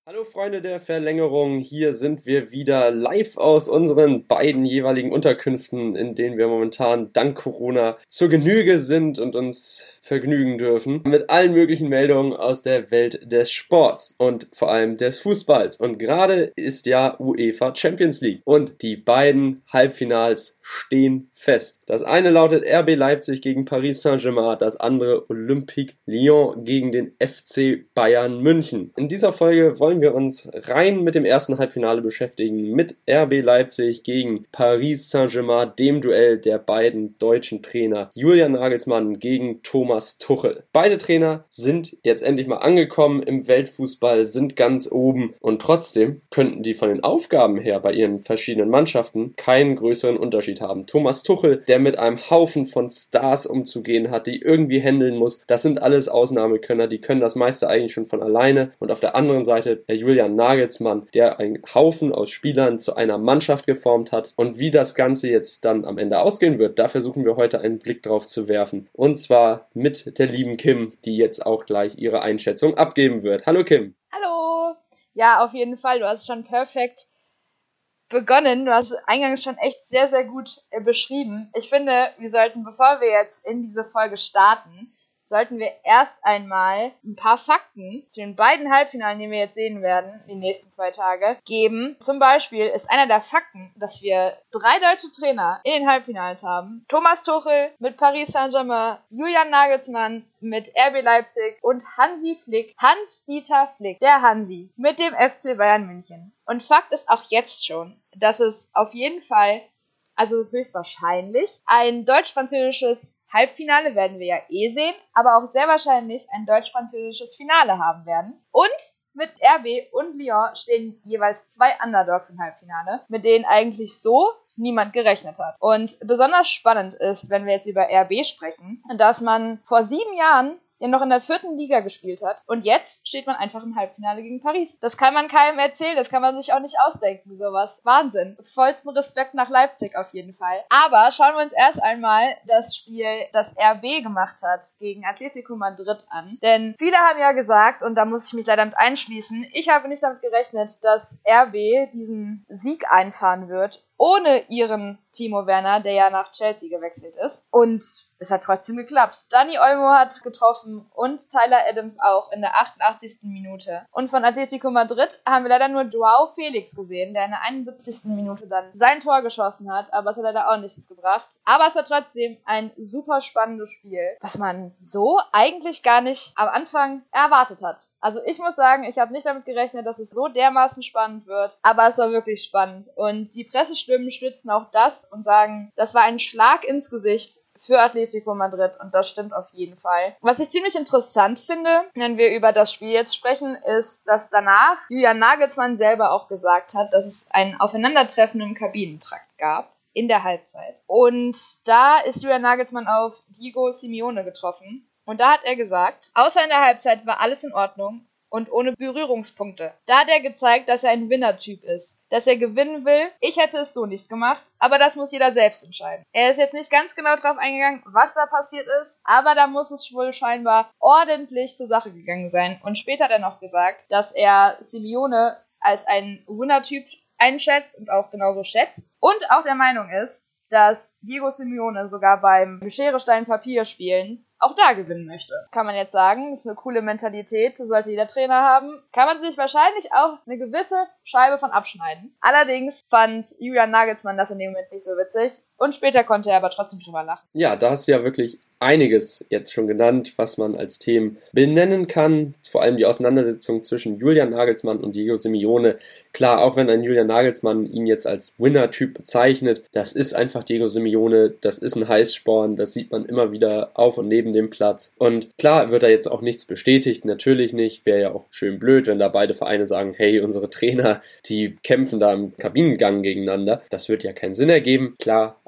Hallo Freunde der Verlängerung, hier sind wir wieder live aus unseren beiden jeweiligen Unterkünften, in denen wir momentan dank Corona zur Genüge sind und uns vergnügen dürfen. Mit allen möglichen Meldungen aus der Welt des Sports und vor allem des Fußballs. Und gerade ist ja UEFA Champions League und die beiden Halbfinals stehen fest. Das eine lautet RB Leipzig gegen Paris Saint-Germain, das andere Olympique Lyon gegen den FC Bayern München. In dieser Folge wollen wir uns rein mit dem ersten Halbfinale beschäftigen, mit RB Leipzig gegen Paris Saint-Germain, dem Duell der beiden deutschen Trainer Julian Nagelsmann gegen Thomas Tuchel. Beide Trainer sind jetzt endlich mal angekommen im Weltfußball, sind ganz oben und trotzdem könnten die von den Aufgaben her bei ihren verschiedenen Mannschaften keinen größeren Unterschied haben. Thomas Tuchel, der mit einem Haufen von Stars umzugehen hat, die irgendwie handeln muss, das sind alles Ausnahmekönner, die können das meiste eigentlich schon von alleine. Und auf der anderen Seite der Julian Nagelsmann, der einen Haufen aus Spielern zu einer Mannschaft geformt hat. Und wie das Ganze jetzt dann am Ende ausgehen wird, da versuchen wir heute einen Blick drauf zu werfen. Und zwar mit der lieben Kim, die jetzt auch gleich ihre Einschätzung abgeben wird. Hallo Kim. Hallo. Ja, auf jeden Fall. Du hast schon perfekt begonnen. Du hast eingangs schon echt sehr, sehr gut beschrieben. Ich finde, wir sollten, bevor wir jetzt in diese Folge starten, sollten wir erst einmal ein paar Fakten zu den beiden Halbfinalen, die wir jetzt sehen werden, die nächsten 2 Tage, geben. Zum Beispiel ist einer der Fakten, dass wir 3 deutsche Trainer in den Halbfinals haben. Thomas Tuchel mit Paris Saint-Germain, Julian Nagelsmann mit RB Leipzig und Hansi Flick, Hans-Dieter Flick, der Hansi, mit dem FC Bayern München. Und Fakt ist auch jetzt schon, dass es auf jeden Fall, also höchstwahrscheinlich, ein deutsch-französisches Halbfinale werden wir ja sehen, aber auch sehr wahrscheinlich ein deutsch-französisches Finale haben werden. Und mit RB und Lyon stehen jeweils 2 Underdogs im Halbfinale, mit denen eigentlich so niemand gerechnet hat. Und besonders spannend ist, wenn wir jetzt über RB sprechen, dass man vor 7 Jahren ja noch in der 4. Liga gespielt hat. Und jetzt steht man einfach im Halbfinale gegen Paris. Das kann man keinem erzählen, das kann man sich auch nicht ausdenken, sowas. Wahnsinn. Vollsten Respekt nach Leipzig auf jeden Fall. Aber schauen wir uns erst einmal das Spiel, das RB gemacht hat, gegen Atletico Madrid an. Denn viele haben ja gesagt, und da muss ich mich leider mit einschließen, ich habe nicht damit gerechnet, dass RB diesen Sieg einfahren wird, ohne ihren Timo Werner, der ja nach Chelsea gewechselt ist. Und es hat trotzdem geklappt. Dani Olmo hat getroffen und Tyler Adams auch in der 88. Minute. Und von Atletico Madrid haben wir leider nur Joao Felix gesehen, der in der 71. Minute dann sein Tor geschossen hat, aber es hat leider auch nichts gebracht. Aber es war trotzdem ein super spannendes Spiel, was man so eigentlich gar nicht am Anfang erwartet hat. Also ich muss sagen, ich habe nicht damit gerechnet, dass es so dermaßen spannend wird, aber es war wirklich spannend. Und die Pressestimmen stützen auch das und sagen, das war ein Schlag ins Gesicht für Atletico Madrid und das stimmt auf jeden Fall. Was ich ziemlich interessant finde, wenn wir über das Spiel jetzt sprechen, ist, dass danach Julian Nagelsmann selber auch gesagt hat, dass es ein Aufeinandertreffen im Kabinentrakt gab in der Halbzeit. Und da ist Julian Nagelsmann auf Diego Simeone getroffen. Und da hat er gesagt, außer in der Halbzeit war alles in Ordnung und ohne Berührungspunkte. Da hat er gezeigt, dass er ein Winnertyp ist, dass er gewinnen will. Ich hätte es so nicht gemacht, aber das muss jeder selbst entscheiden. Er ist jetzt nicht ganz genau drauf eingegangen, was da passiert ist, aber da muss es wohl scheinbar ordentlich zur Sache gegangen sein. Und später hat er noch gesagt, dass er Simeone als einen Winnertyp einschätzt und auch genauso schätzt und auch der Meinung ist, dass Diego Simeone sogar beim Schere, Stein, Papier spielen auch da gewinnen möchte. Kann man jetzt sagen, das ist eine coole Mentalität, so sollte jeder Trainer haben. Kann man sich wahrscheinlich auch eine gewisse Scheibe von abschneiden. Allerdings fand Julian Nagelsmann das in dem Moment nicht so witzig und später konnte er aber trotzdem drüber lachen. Ja, da hast du ja wirklich einiges jetzt schon genannt, was man als Themen benennen kann. Vor allem die Auseinandersetzung zwischen Julian Nagelsmann und Diego Simeone. Klar, auch wenn ein Julian Nagelsmann ihn jetzt als Winner-Typ bezeichnet, das ist einfach Diego Simeone, das ist ein Heißsporn, das sieht man immer wieder auf und neben dem Platz. Und klar wird da jetzt auch nichts bestätigt, natürlich nicht. Wäre ja auch schön blöd, wenn da beide Vereine sagen, hey, unsere Trainer, die kämpfen da im Kabinengang gegeneinander. Das wird ja keinen Sinn ergeben. Klar,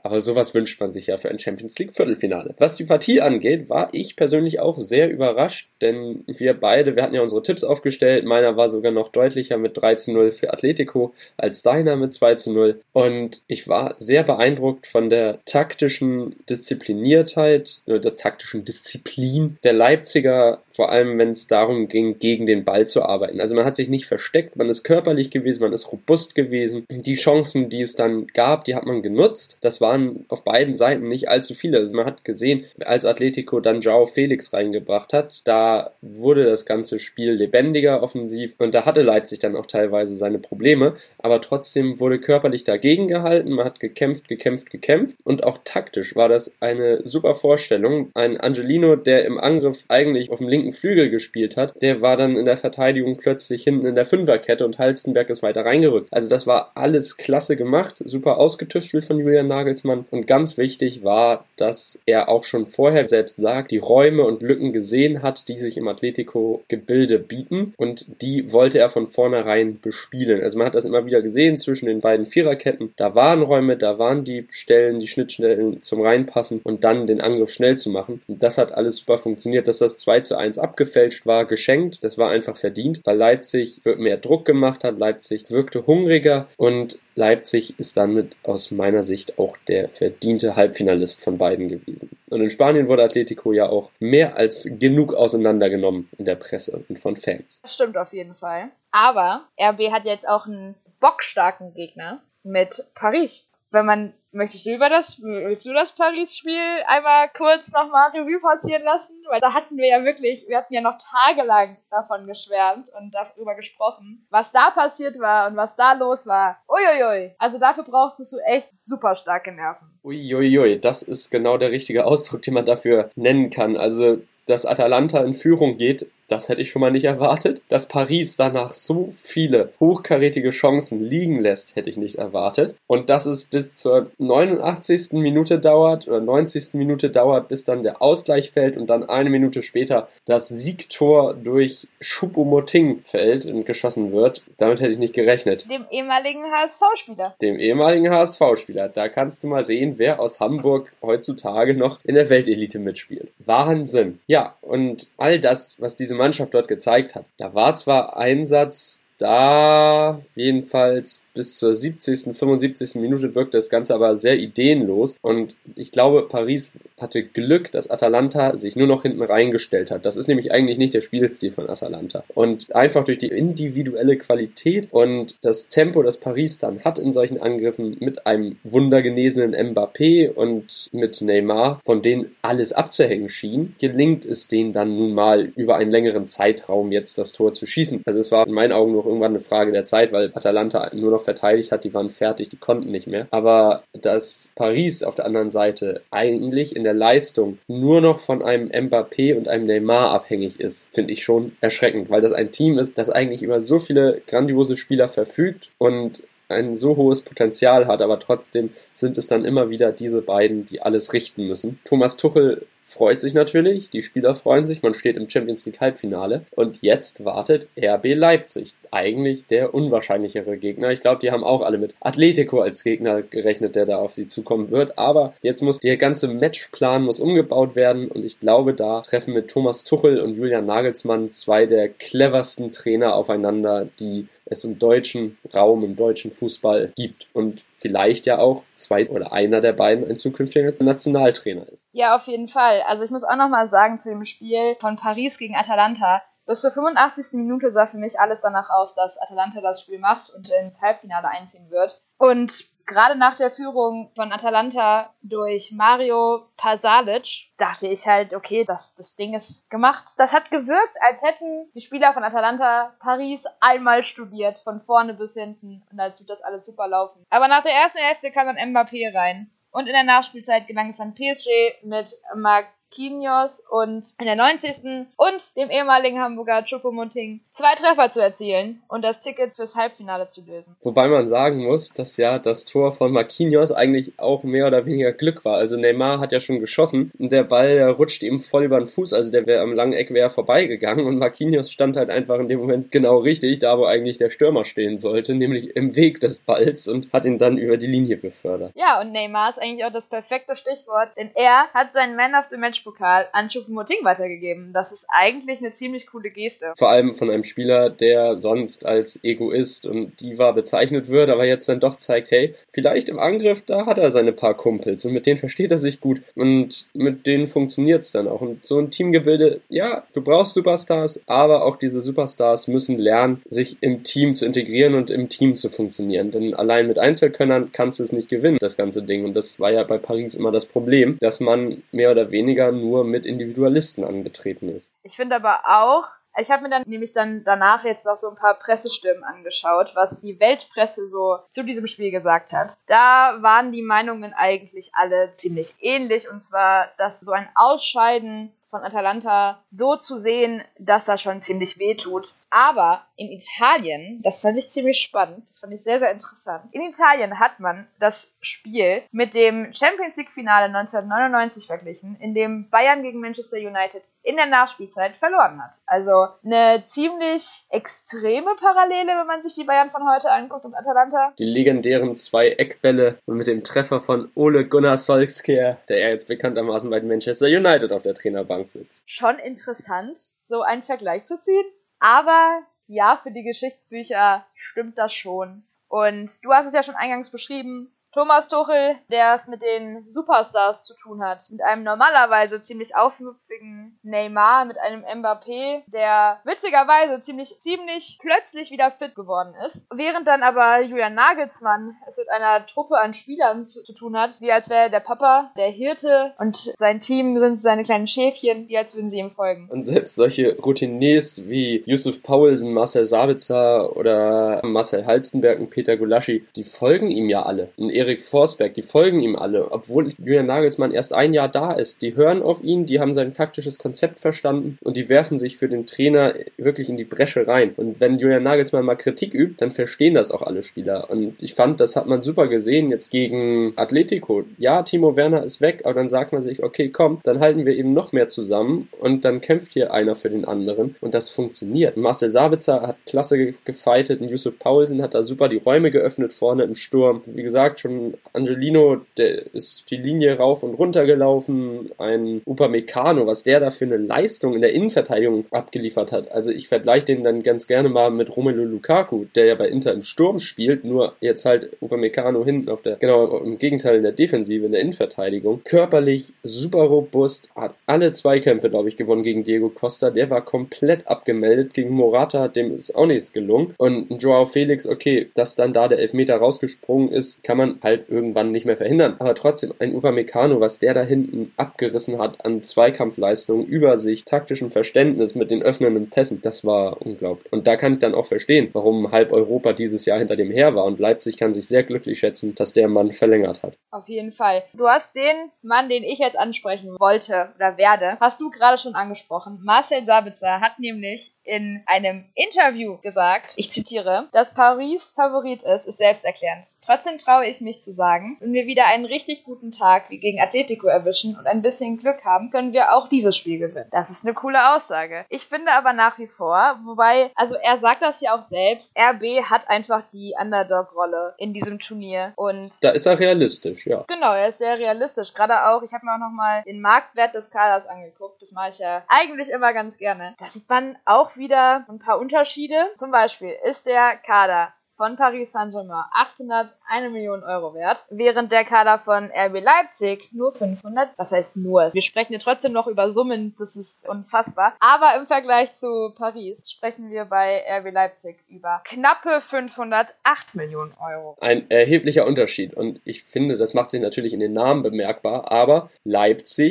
aber sowas wünscht man sich ja für ein Champions League Viertelfinale. Was die Partie angeht, war ich persönlich auch sehr überrascht, denn wir hatten ja unsere Tipps aufgestellt. Meiner war sogar noch deutlicher mit 3:0 für Atletico als deiner mit 2:0. Und ich war sehr beeindruckt von der taktischen Diszipliniertheit, der taktischen Disziplin der Leipziger, vor allem wenn es darum ging, gegen den Ball zu arbeiten. Also man hat sich nicht versteckt, man ist körperlich gewesen, man ist robust gewesen. Die Chancen, die es dann gab, die hat man genutzt. Das waren auf beiden Seiten nicht allzu viele. Also man hat gesehen, als Atletico dann João Felix reingebracht hat, da wurde das ganze Spiel lebendiger offensiv und da hatte Leipzig dann auch teilweise seine Probleme, aber trotzdem wurde körperlich dagegen gehalten, man hat gekämpft und auch taktisch war das eine super Vorstellung. Ein Angelino, der im Angriff eigentlich auf dem linken Flügel gespielt hat, der war dann in der Verteidigung plötzlich hinten in der Fünferkette und Halstenberg ist weiter reingerückt. Also das war alles klasse gemacht, super ausgetüftelt von Julian Nagelsmann und ganz wichtig war, dass er auch schon vorher selbst sagt, die Räume und Lücken gesehen hat, die sich im Atletico-Gebilde bieten und die wollte er von vornherein bespielen. Also man hat das immer wieder gesehen zwischen den beiden Viererketten. Da waren Räume, da waren die Stellen, die Schnittstellen zum Reinpassen und dann den Angriff schnell zu machen. Und das hat alles super funktioniert. Dass das 2:1 abgefälscht war, geschenkt, das war einfach verdient, weil Leipzig mehr Druck gemacht hat, Leipzig wirkte hungriger und Leipzig ist damit aus meiner Sicht auch der verdiente Halbfinalist von beiden gewesen. Und in Spanien wurde Atletico ja auch mehr als genug auseinandergenommen in der Presse und von Fans. Das stimmt auf jeden Fall. Aber RB hat jetzt auch einen bockstarken Gegner mit Paris. Willst du das Paris-Spiel einmal kurz nochmal Revue passieren lassen? Weil wir hatten ja noch tagelang davon geschwärmt und darüber gesprochen, was da passiert war und was da los war. Uiuiui. Also dafür brauchtest du echt super starke Nerven. Uiuiui, das ist genau der richtige Ausdruck, den man dafür nennen kann. Also, dass Atalanta in Führung geht, das hätte ich schon mal nicht erwartet. Dass Paris danach so viele hochkarätige Chancen liegen lässt, hätte ich nicht erwartet. Und dass es bis zur 89. Minute dauert oder 90. Minute dauert, bis dann der Ausgleich fällt und dann eine Minute später das Siegtor durch Choupo-Moting fällt und geschossen wird. Damit hätte ich nicht gerechnet. Dem ehemaligen HSV-Spieler. Da kannst du mal sehen, wer aus Hamburg heutzutage noch in der Weltelite mitspielt. Wahnsinn. Ja, und all das, was diese Mannschaft dort gezeigt hat. Da war zwar Einsatz da, jedenfalls bis zur 70., 75. Minute wirkte das Ganze aber sehr ideenlos und ich glaube, Paris hatte Glück, dass Atalanta sich nur noch hinten reingestellt hat. Das ist nämlich eigentlich nicht der Spielstil von Atalanta. Und einfach durch die individuelle Qualität und das Tempo, das Paris dann hat in solchen Angriffen mit einem wundergenesenen Mbappé und mit Neymar, von denen alles abzuhängen schien, gelingt es denen dann nun mal über einen längeren Zeitraum jetzt das Tor zu schießen. Also es war in meinen Augen noch irgendwann eine Frage der Zeit, weil Atalanta nur noch verteidigt hat, die waren fertig, die konnten nicht mehr. Aber dass Paris auf der anderen Seite eigentlich in der Leistung nur noch von einem Mbappé und einem Neymar abhängig ist, finde ich schon erschreckend, weil das ein Team ist, das eigentlich über so viele grandiose Spieler verfügt und ein so hohes Potenzial hat, aber trotzdem sind es dann immer wieder diese beiden, die alles richten müssen. Thomas Tuchel freut sich natürlich, die Spieler freuen sich, man steht im Champions League Halbfinale und jetzt wartet RB Leipzig, eigentlich der unwahrscheinlichere Gegner. Ich glaube, die haben auch alle mit Atletico als Gegner gerechnet, der da auf sie zukommen wird, aber jetzt muss der ganze Matchplan umgebaut werden und ich glaube, da treffen mit Thomas Tuchel und Julian Nagelsmann zwei der cleversten Trainer aufeinander, die es im deutschen Raum, im deutschen Fußball gibt und vielleicht ja auch zwei oder einer der beiden ein zukünftiger Nationaltrainer ist. Ja, auf jeden Fall. Also ich muss auch nochmal sagen zu dem Spiel von Paris gegen Atalanta, bis zur 85. Minute sah für mich alles danach aus, dass Atalanta das Spiel macht und ins Halbfinale einziehen wird. Und gerade nach der Führung von Atalanta durch Mario Pasalic dachte ich halt, okay, das Ding ist gemacht. Das hat gewirkt, als hätten die Spieler von Atalanta Paris einmal studiert, von vorne bis hinten. Und als würde das alles super laufen. Aber nach der ersten Hälfte kam dann Mbappé rein. Und in der Nachspielzeit gelang es dann PSG mit Marquinhos und in der 90. und dem ehemaligen Hamburger Choupo-Moting 2 Treffer zu erzielen und das Ticket fürs Halbfinale zu lösen. Wobei man sagen muss, dass ja das Tor von Marquinhos eigentlich auch mehr oder weniger Glück war. Also Neymar hat ja schon geschossen und der Ball rutscht ihm voll über den Fuß, also der wäre am langen Eck vorbeigegangen und Marquinhos stand halt einfach in dem Moment genau richtig, da wo eigentlich der Stürmer stehen sollte, nämlich im Weg des Balls und hat ihn dann über die Linie befördert. Ja, und Neymar ist eigentlich auch das perfekte Stichwort, denn er hat seinen Man of the Match Pokal an Choupo-Moting weitergegeben. Das ist eigentlich eine ziemlich coole Geste. Vor allem von einem Spieler, der sonst als Egoist und Diva bezeichnet wird, aber jetzt dann doch zeigt, hey, vielleicht im Angriff, da hat er seine paar Kumpels und mit denen versteht er sich gut und mit denen funktioniert's dann auch. Und so ein Teamgebilde, ja, du brauchst Superstars, aber auch diese Superstars müssen lernen, sich im Team zu integrieren und im Team zu funktionieren. Denn allein mit Einzelkönnern kannst du es nicht gewinnen, das ganze Ding. Und das war ja bei Paris immer das Problem, dass man mehr oder weniger nur mit Individualisten angetreten ist. Ich finde aber auch, ich habe mir dann nämlich danach jetzt noch so ein paar Pressestimmen angeschaut, was die Weltpresse so zu diesem Spiel gesagt hat. Da waren die Meinungen eigentlich alle ziemlich ähnlich, und zwar, dass so ein Ausscheiden von Atalanta so zu sehen, dass das schon ziemlich weh tut. Aber in Italien, das fand ich ziemlich spannend, das fand ich sehr, sehr interessant. In Italien hat man das Spiel mit dem Champions League Finale 1999 verglichen, in dem Bayern gegen Manchester United in der Nachspielzeit verloren hat. Also eine ziemlich extreme Parallele, wenn man sich die Bayern von heute anguckt und Atalanta. Die legendären 2 Eckbälle und mit dem Treffer von Ole Gunnar Solskjaer, der ja jetzt bekanntermaßen bei Manchester United auf der Trainerbank sitzt. Schon interessant, so einen Vergleich zu ziehen. Aber ja, für die Geschichtsbücher stimmt das schon. Und du hast es ja schon eingangs beschrieben, Thomas Tuchel, der es mit den Superstars zu tun hat. Mit einem normalerweise ziemlich aufmüpfigen Neymar, mit einem Mbappé, der witzigerweise ziemlich plötzlich wieder fit geworden ist. Während dann aber Julian Nagelsmann es mit einer Truppe an Spielern zu tun hat, wie als wäre der Papa der Hirte und sein Team sind seine kleinen Schäfchen, wie als würden sie ihm folgen. Und selbst solche Routiniers wie Yusuf Paulsen, Marcel Sabitzer oder Marcel Halstenberg und Peter Gulaschi, die folgen ihm ja alle. Und Erik Forsberg, die folgen ihm alle, obwohl Julian Nagelsmann erst ein Jahr da ist. Die hören auf ihn, die haben sein taktisches Konzept verstanden und die werfen sich für den Trainer wirklich in die Bresche rein. Und wenn Julian Nagelsmann mal Kritik übt, dann verstehen das auch alle Spieler. Und ich fand, das hat man super gesehen jetzt gegen Atletico. Ja, Timo Werner ist weg, aber dann sagt man sich, okay, komm, dann halten wir eben noch mehr zusammen und dann kämpft hier einer für den anderen und das funktioniert. Marcel Sabitzer hat klasse gefightet und Yusuf Paulsen hat da super die Räume geöffnet vorne im Sturm. Wie gesagt, schon Angelino, der ist die Linie rauf und runter gelaufen. Ein Upamecano, was der da für eine Leistung in der Innenverteidigung abgeliefert hat. Also ich vergleiche den dann ganz gerne mal mit Romelu Lukaku, der ja bei Inter im Sturm spielt, nur jetzt halt Upamecano hinten genau im Gegenteil in der Defensive, in der Innenverteidigung. Körperlich super robust, hat alle Zweikämpfe, glaube ich, gewonnen gegen Diego Costa. Der war komplett abgemeldet. Gegen Morata, dem ist auch nichts gelungen. Und Joao Felix, okay, dass dann da der Elfmeter rausgesprungen ist, kann man halt irgendwann nicht mehr verhindern. Aber trotzdem ein Upamecano, was der da hinten abgerissen hat an Zweikampfleistung, Übersicht, taktischem Verständnis mit den öffnenden Pässen, das war unglaublich. Und da kann ich dann auch verstehen, warum halb Europa dieses Jahr hinter dem her war. Und Leipzig kann sich sehr glücklich schätzen, dass der Mann verlängert hat. Auf jeden Fall. Du hast den Mann, den ich jetzt ansprechen wollte oder werde, hast du gerade schon angesprochen. Marcel Sabitzer hat nämlich in einem Interview gesagt, ich zitiere, dass Paris Favorit ist selbsterklärend. Trotzdem traue ich mich zu sagen, wenn wir wieder einen richtig guten Tag wie gegen Atletico erwischen und ein bisschen Glück haben, können wir auch dieses Spiel gewinnen. Das ist eine coole Aussage. Ich finde aber nach wie vor, wobei, also er sagt das ja auch selbst, RB hat einfach die Underdog-Rolle in diesem Turnier und da ist er realistisch, ja. Genau, er ist sehr realistisch. Gerade auch, ich habe mir auch nochmal den Marktwert des Kaders angeguckt. Das mache ich ja eigentlich immer ganz gerne. Da sieht man auch wieder ein paar Unterschiede. Zum Beispiel ist der Kader von Paris Saint-Germain 801 Millionen Euro wert, während der Kader von RB Leipzig nur 500, was heißt nur? Wir sprechen hier trotzdem noch über Summen, das ist unfassbar. Aber im Vergleich zu Paris sprechen wir bei RB Leipzig über knappe 508 Millionen Euro. Ein erheblicher Unterschied und ich finde, das macht sich natürlich in den Namen bemerkbar, aber Leipzig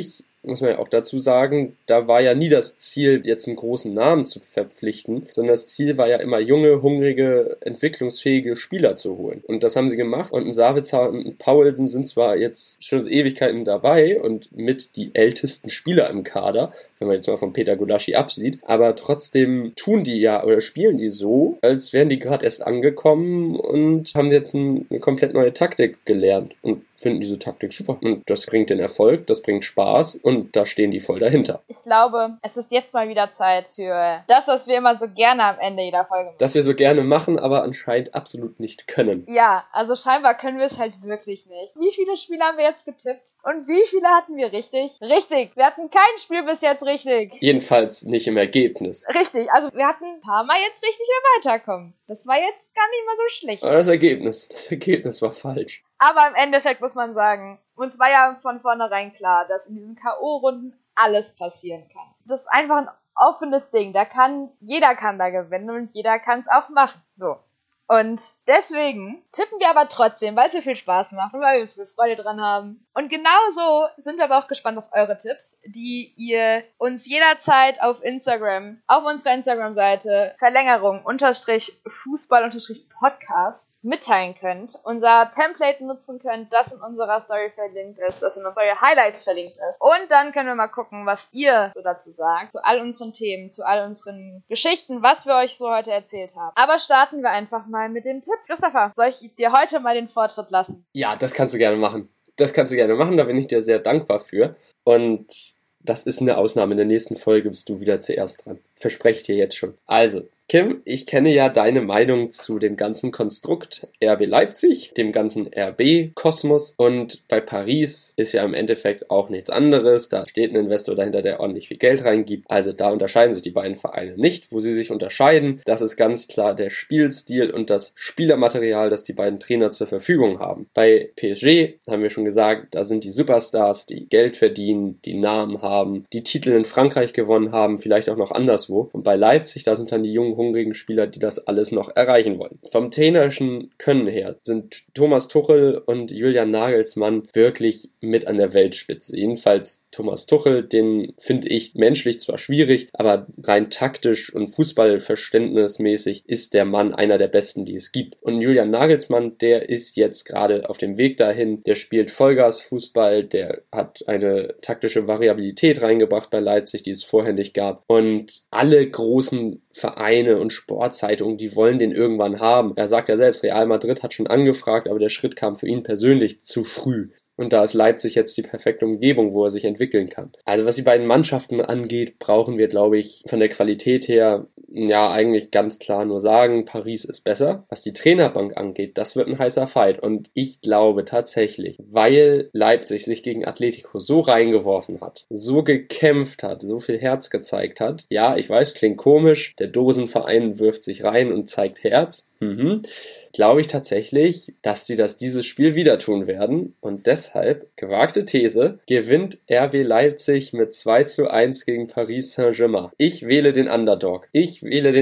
muss man ja auch dazu sagen, da war ja nie das Ziel, jetzt einen großen Namen zu verpflichten, sondern das Ziel war ja immer, junge, hungrige, entwicklungsfähige Spieler zu holen. Und das haben sie gemacht. Und ein Sabitzer und ein Paulsen sind zwar jetzt schon Ewigkeiten dabei und mit die ältesten Spieler im Kader, wenn man jetzt mal von Peter Gulaschi absieht, aber trotzdem tun die ja oder spielen die so, als wären die gerade erst angekommen und haben jetzt eine komplett neue Taktik gelernt und finden diese Taktik super. Und das bringt den Erfolg, das bringt Spaß und da stehen die voll dahinter. Ich glaube, es ist jetzt mal wieder Zeit für das, was wir immer so gerne am Ende jeder Folge machen. Das wir so gerne machen, aber anscheinend absolut nicht können. Ja, also scheinbar können wir es halt wirklich nicht. Wie viele Spiele haben wir jetzt getippt? Und wie viele hatten wir richtig? Richtig, wir hatten kein Spiel bis jetzt richtig. Jedenfalls nicht im Ergebnis. Richtig, also wir hatten ein paar Mal jetzt richtig weiterkommen. Das war jetzt gar nicht mal so schlecht. Aber das Ergebnis war falsch. Aber im Endeffekt muss man sagen, uns war ja von vornherein klar, dass in diesen K.O.-Runden alles passieren kann. Das ist einfach ein offenes Ding. Jeder kann da gewinnen und jeder kann es auch machen. So. Und deswegen tippen wir aber trotzdem, weil es so viel Spaß macht und weil wir so viel Freude dran haben. Und genauso sind wir aber auch gespannt auf eure Tipps, die ihr uns jederzeit auf Instagram, auf unserer Instagram-Seite Verlängerung_Fußball_Podcast mitteilen könnt. Unser Template nutzen könnt, das in unserer Story verlinkt ist, das in unsere Highlights verlinkt ist. Und dann können wir mal gucken, was ihr so dazu sagt, zu all unseren Themen, zu all unseren Geschichten, was wir euch so heute erzählt haben. Aber starten wir einfach mal mit dem Tipp. Christopher, soll ich dir heute mal den Vortritt lassen? Ja, das kannst du gerne machen. Da bin ich dir sehr dankbar für. Und das ist eine Ausnahme. In der nächsten Folge bist du wieder zuerst dran. Verspreche ich dir jetzt schon. Also, Kim, ich kenne ja deine Meinung zu dem ganzen Konstrukt RB Leipzig, dem ganzen RB-Kosmos, und bei Paris ist ja im Endeffekt auch nichts anderes. Da steht ein Investor dahinter, der ordentlich viel Geld reingibt. Also da unterscheiden sich die beiden Vereine nicht. Wo sie sich unterscheiden, das ist ganz klar der Spielstil und das Spielermaterial, das die beiden Trainer zur Verfügung haben. Bei PSG haben wir schon gesagt, da sind die Superstars, die Geld verdienen, die Namen haben, die Titel in Frankreich gewonnen haben, vielleicht auch noch anderswo. Und bei Leipzig, da sind dann die jungen, hungrigen Spieler, die das alles noch erreichen wollen. Vom trainerischen Können her sind Thomas Tuchel und Julian Nagelsmann wirklich mit an der Weltspitze. Jedenfalls Thomas Tuchel, den finde ich menschlich zwar schwierig, aber rein taktisch und fußballverständnismäßig ist der Mann einer der besten, die es gibt. Und Julian Nagelsmann, der ist jetzt gerade auf dem Weg dahin, der spielt Vollgas-Fußball, der hat eine taktische Variabilität reingebracht bei Leipzig, die es vorher nicht gab. Und alle großen Vereine und Sportzeitungen, die wollen den irgendwann haben. Er sagt ja selbst, Real Madrid hat schon angefragt, aber der Schritt kam für ihn persönlich zu früh. Und da ist Leipzig jetzt die perfekte Umgebung, wo er sich entwickeln kann. Also was die beiden Mannschaften angeht, brauchen wir, glaube ich, von der Qualität her ja eigentlich ganz klar nur sagen, Paris ist besser. Was die Trainerbank angeht, das wird ein heißer Fight. Und ich glaube tatsächlich, weil Leipzig sich gegen Atletico so reingeworfen hat, so gekämpft hat, so viel Herz gezeigt hat. Ja, ich weiß, klingt komisch, der Dosenverein wirft sich rein und zeigt Herz. Glaube ich tatsächlich, dass sie dieses Spiel wieder tun werden, und deshalb, gewagte These, gewinnt RB Leipzig mit 2:1 gegen Paris Saint-Germain. Ich wähle den Underdog. Ich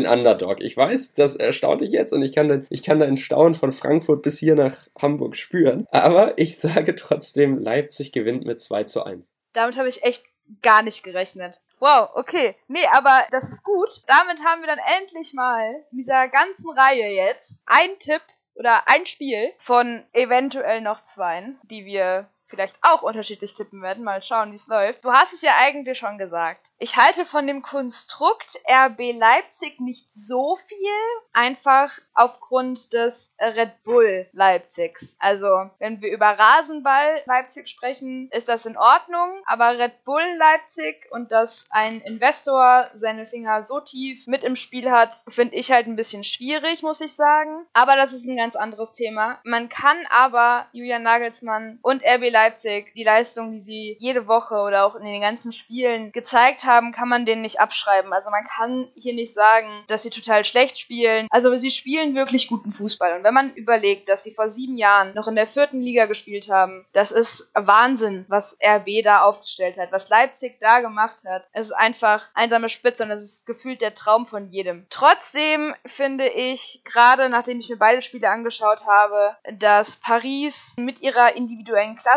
weiß, das erstaunt dich jetzt, und ich kann dein Staunen von Frankfurt bis hier nach Hamburg spüren, aber ich sage trotzdem, Leipzig gewinnt mit 2:1. Damit habe ich echt gar nicht gerechnet. Wow, okay. Nee, aber das ist gut. Damit haben wir dann endlich mal in dieser ganzen Reihe jetzt ein Tipp oder ein Spiel von eventuell noch zweien, die wir vielleicht auch unterschiedlich tippen werden. Mal schauen, wie es läuft. Du hast es ja eigentlich schon gesagt. Ich halte von dem Konstrukt RB Leipzig nicht so viel, einfach aufgrund des Red Bull Leipzigs. Also, wenn wir über Rasenball Leipzig sprechen, ist das in Ordnung, aber Red Bull Leipzig und dass ein Investor seine Finger so tief mit im Spiel hat, finde ich halt ein bisschen schwierig, muss ich sagen. Aber das ist ein ganz anderes Thema. Man kann aber Julian Nagelsmann und RB Leipzig, die Leistung, die sie jede Woche oder auch in den ganzen Spielen gezeigt haben, kann man denen nicht abschreiben. Also man kann hier nicht sagen, dass sie total schlecht spielen. Also sie spielen wirklich guten Fußball. Und wenn man überlegt, dass sie vor 7 Jahren noch in der 4. Liga gespielt haben, das ist Wahnsinn, was RB da aufgestellt hat, was Leipzig da gemacht hat. Es ist einfach einsame Spitze und es ist gefühlt der Traum von jedem. Trotzdem finde ich, gerade nachdem ich mir beide Spiele angeschaut habe, dass Paris mit ihrer individuellen Klasse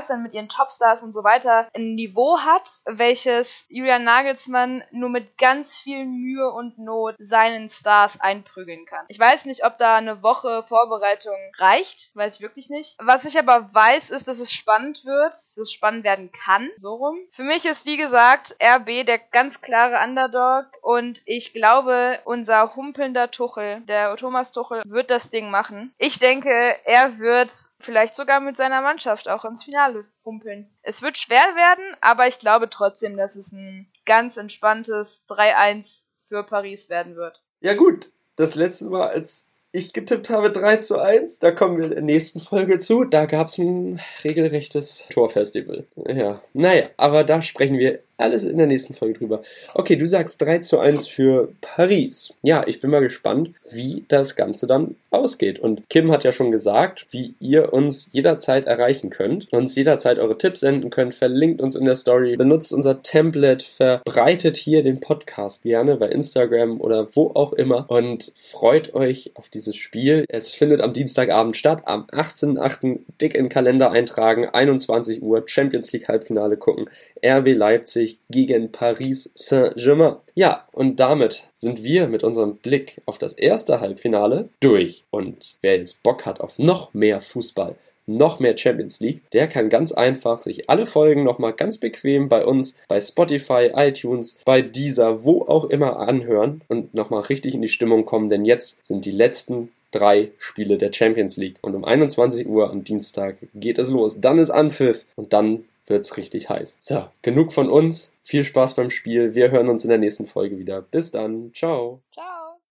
Barca mit ihren Topstars und so weiter ein Niveau hat, welches Julian Nagelsmann nur mit ganz viel Mühe und Not seinen Stars einprügeln kann. Ich weiß nicht, ob da eine Woche Vorbereitung reicht, weiß ich wirklich nicht. Was ich aber weiß, ist, dass es spannend wird, dass es spannend werden kann, so rum. Für mich ist, wie gesagt, RB der ganz klare Underdog und ich glaube, unser humpelnder Tuchel, der Thomas Tuchel, wird das Ding machen. Ich denke, er wird vielleicht sogar mit seiner Mannschaft auch ins Finale humpeln. Es wird schwer werden, aber ich glaube trotzdem, dass es ein ganz entspanntes 3-1 für Paris werden wird. Ja gut, das letzte Mal, als ich getippt habe 3-1, da kommen wir in der nächsten Folge zu. Da gab es ein regelrechtes Torfestival. Ja, naja, aber da sprechen wir alles in der nächsten Folge drüber. Okay, du sagst 3-1 für Paris. Ja, ich bin mal gespannt, wie das Ganze dann ausgeht. Und Kim hat ja schon gesagt, wie ihr uns jederzeit erreichen könnt. Uns jederzeit eure Tipps senden könnt. Verlinkt uns in der Story. Benutzt unser Template. Verbreitet hier den Podcast gerne bei Instagram oder wo auch immer. Und freut euch auf dieses Spiel. Es findet am Dienstagabend statt. Am 18.08. dick in den Kalender eintragen. 21 Uhr Champions League Halbfinale gucken. RB Leipzig gegen Paris Saint-Germain. Ja, und damit sind wir mit unserem Blick auf das erste Halbfinale durch. Und wer jetzt Bock hat auf noch mehr Fußball, noch mehr Champions League, der kann ganz einfach sich alle Folgen nochmal ganz bequem bei uns, bei Spotify, iTunes, bei Deezer, wo auch immer anhören und nochmal richtig in die Stimmung kommen, denn jetzt sind die letzten 3 Spiele der Champions League. Und um 21 Uhr am Dienstag geht es los. Dann ist Anpfiff und dann wird's richtig heiß. So, genug von uns. Viel Spaß beim Spiel. Wir hören uns in der nächsten Folge wieder. Bis dann. Ciao. Ciao.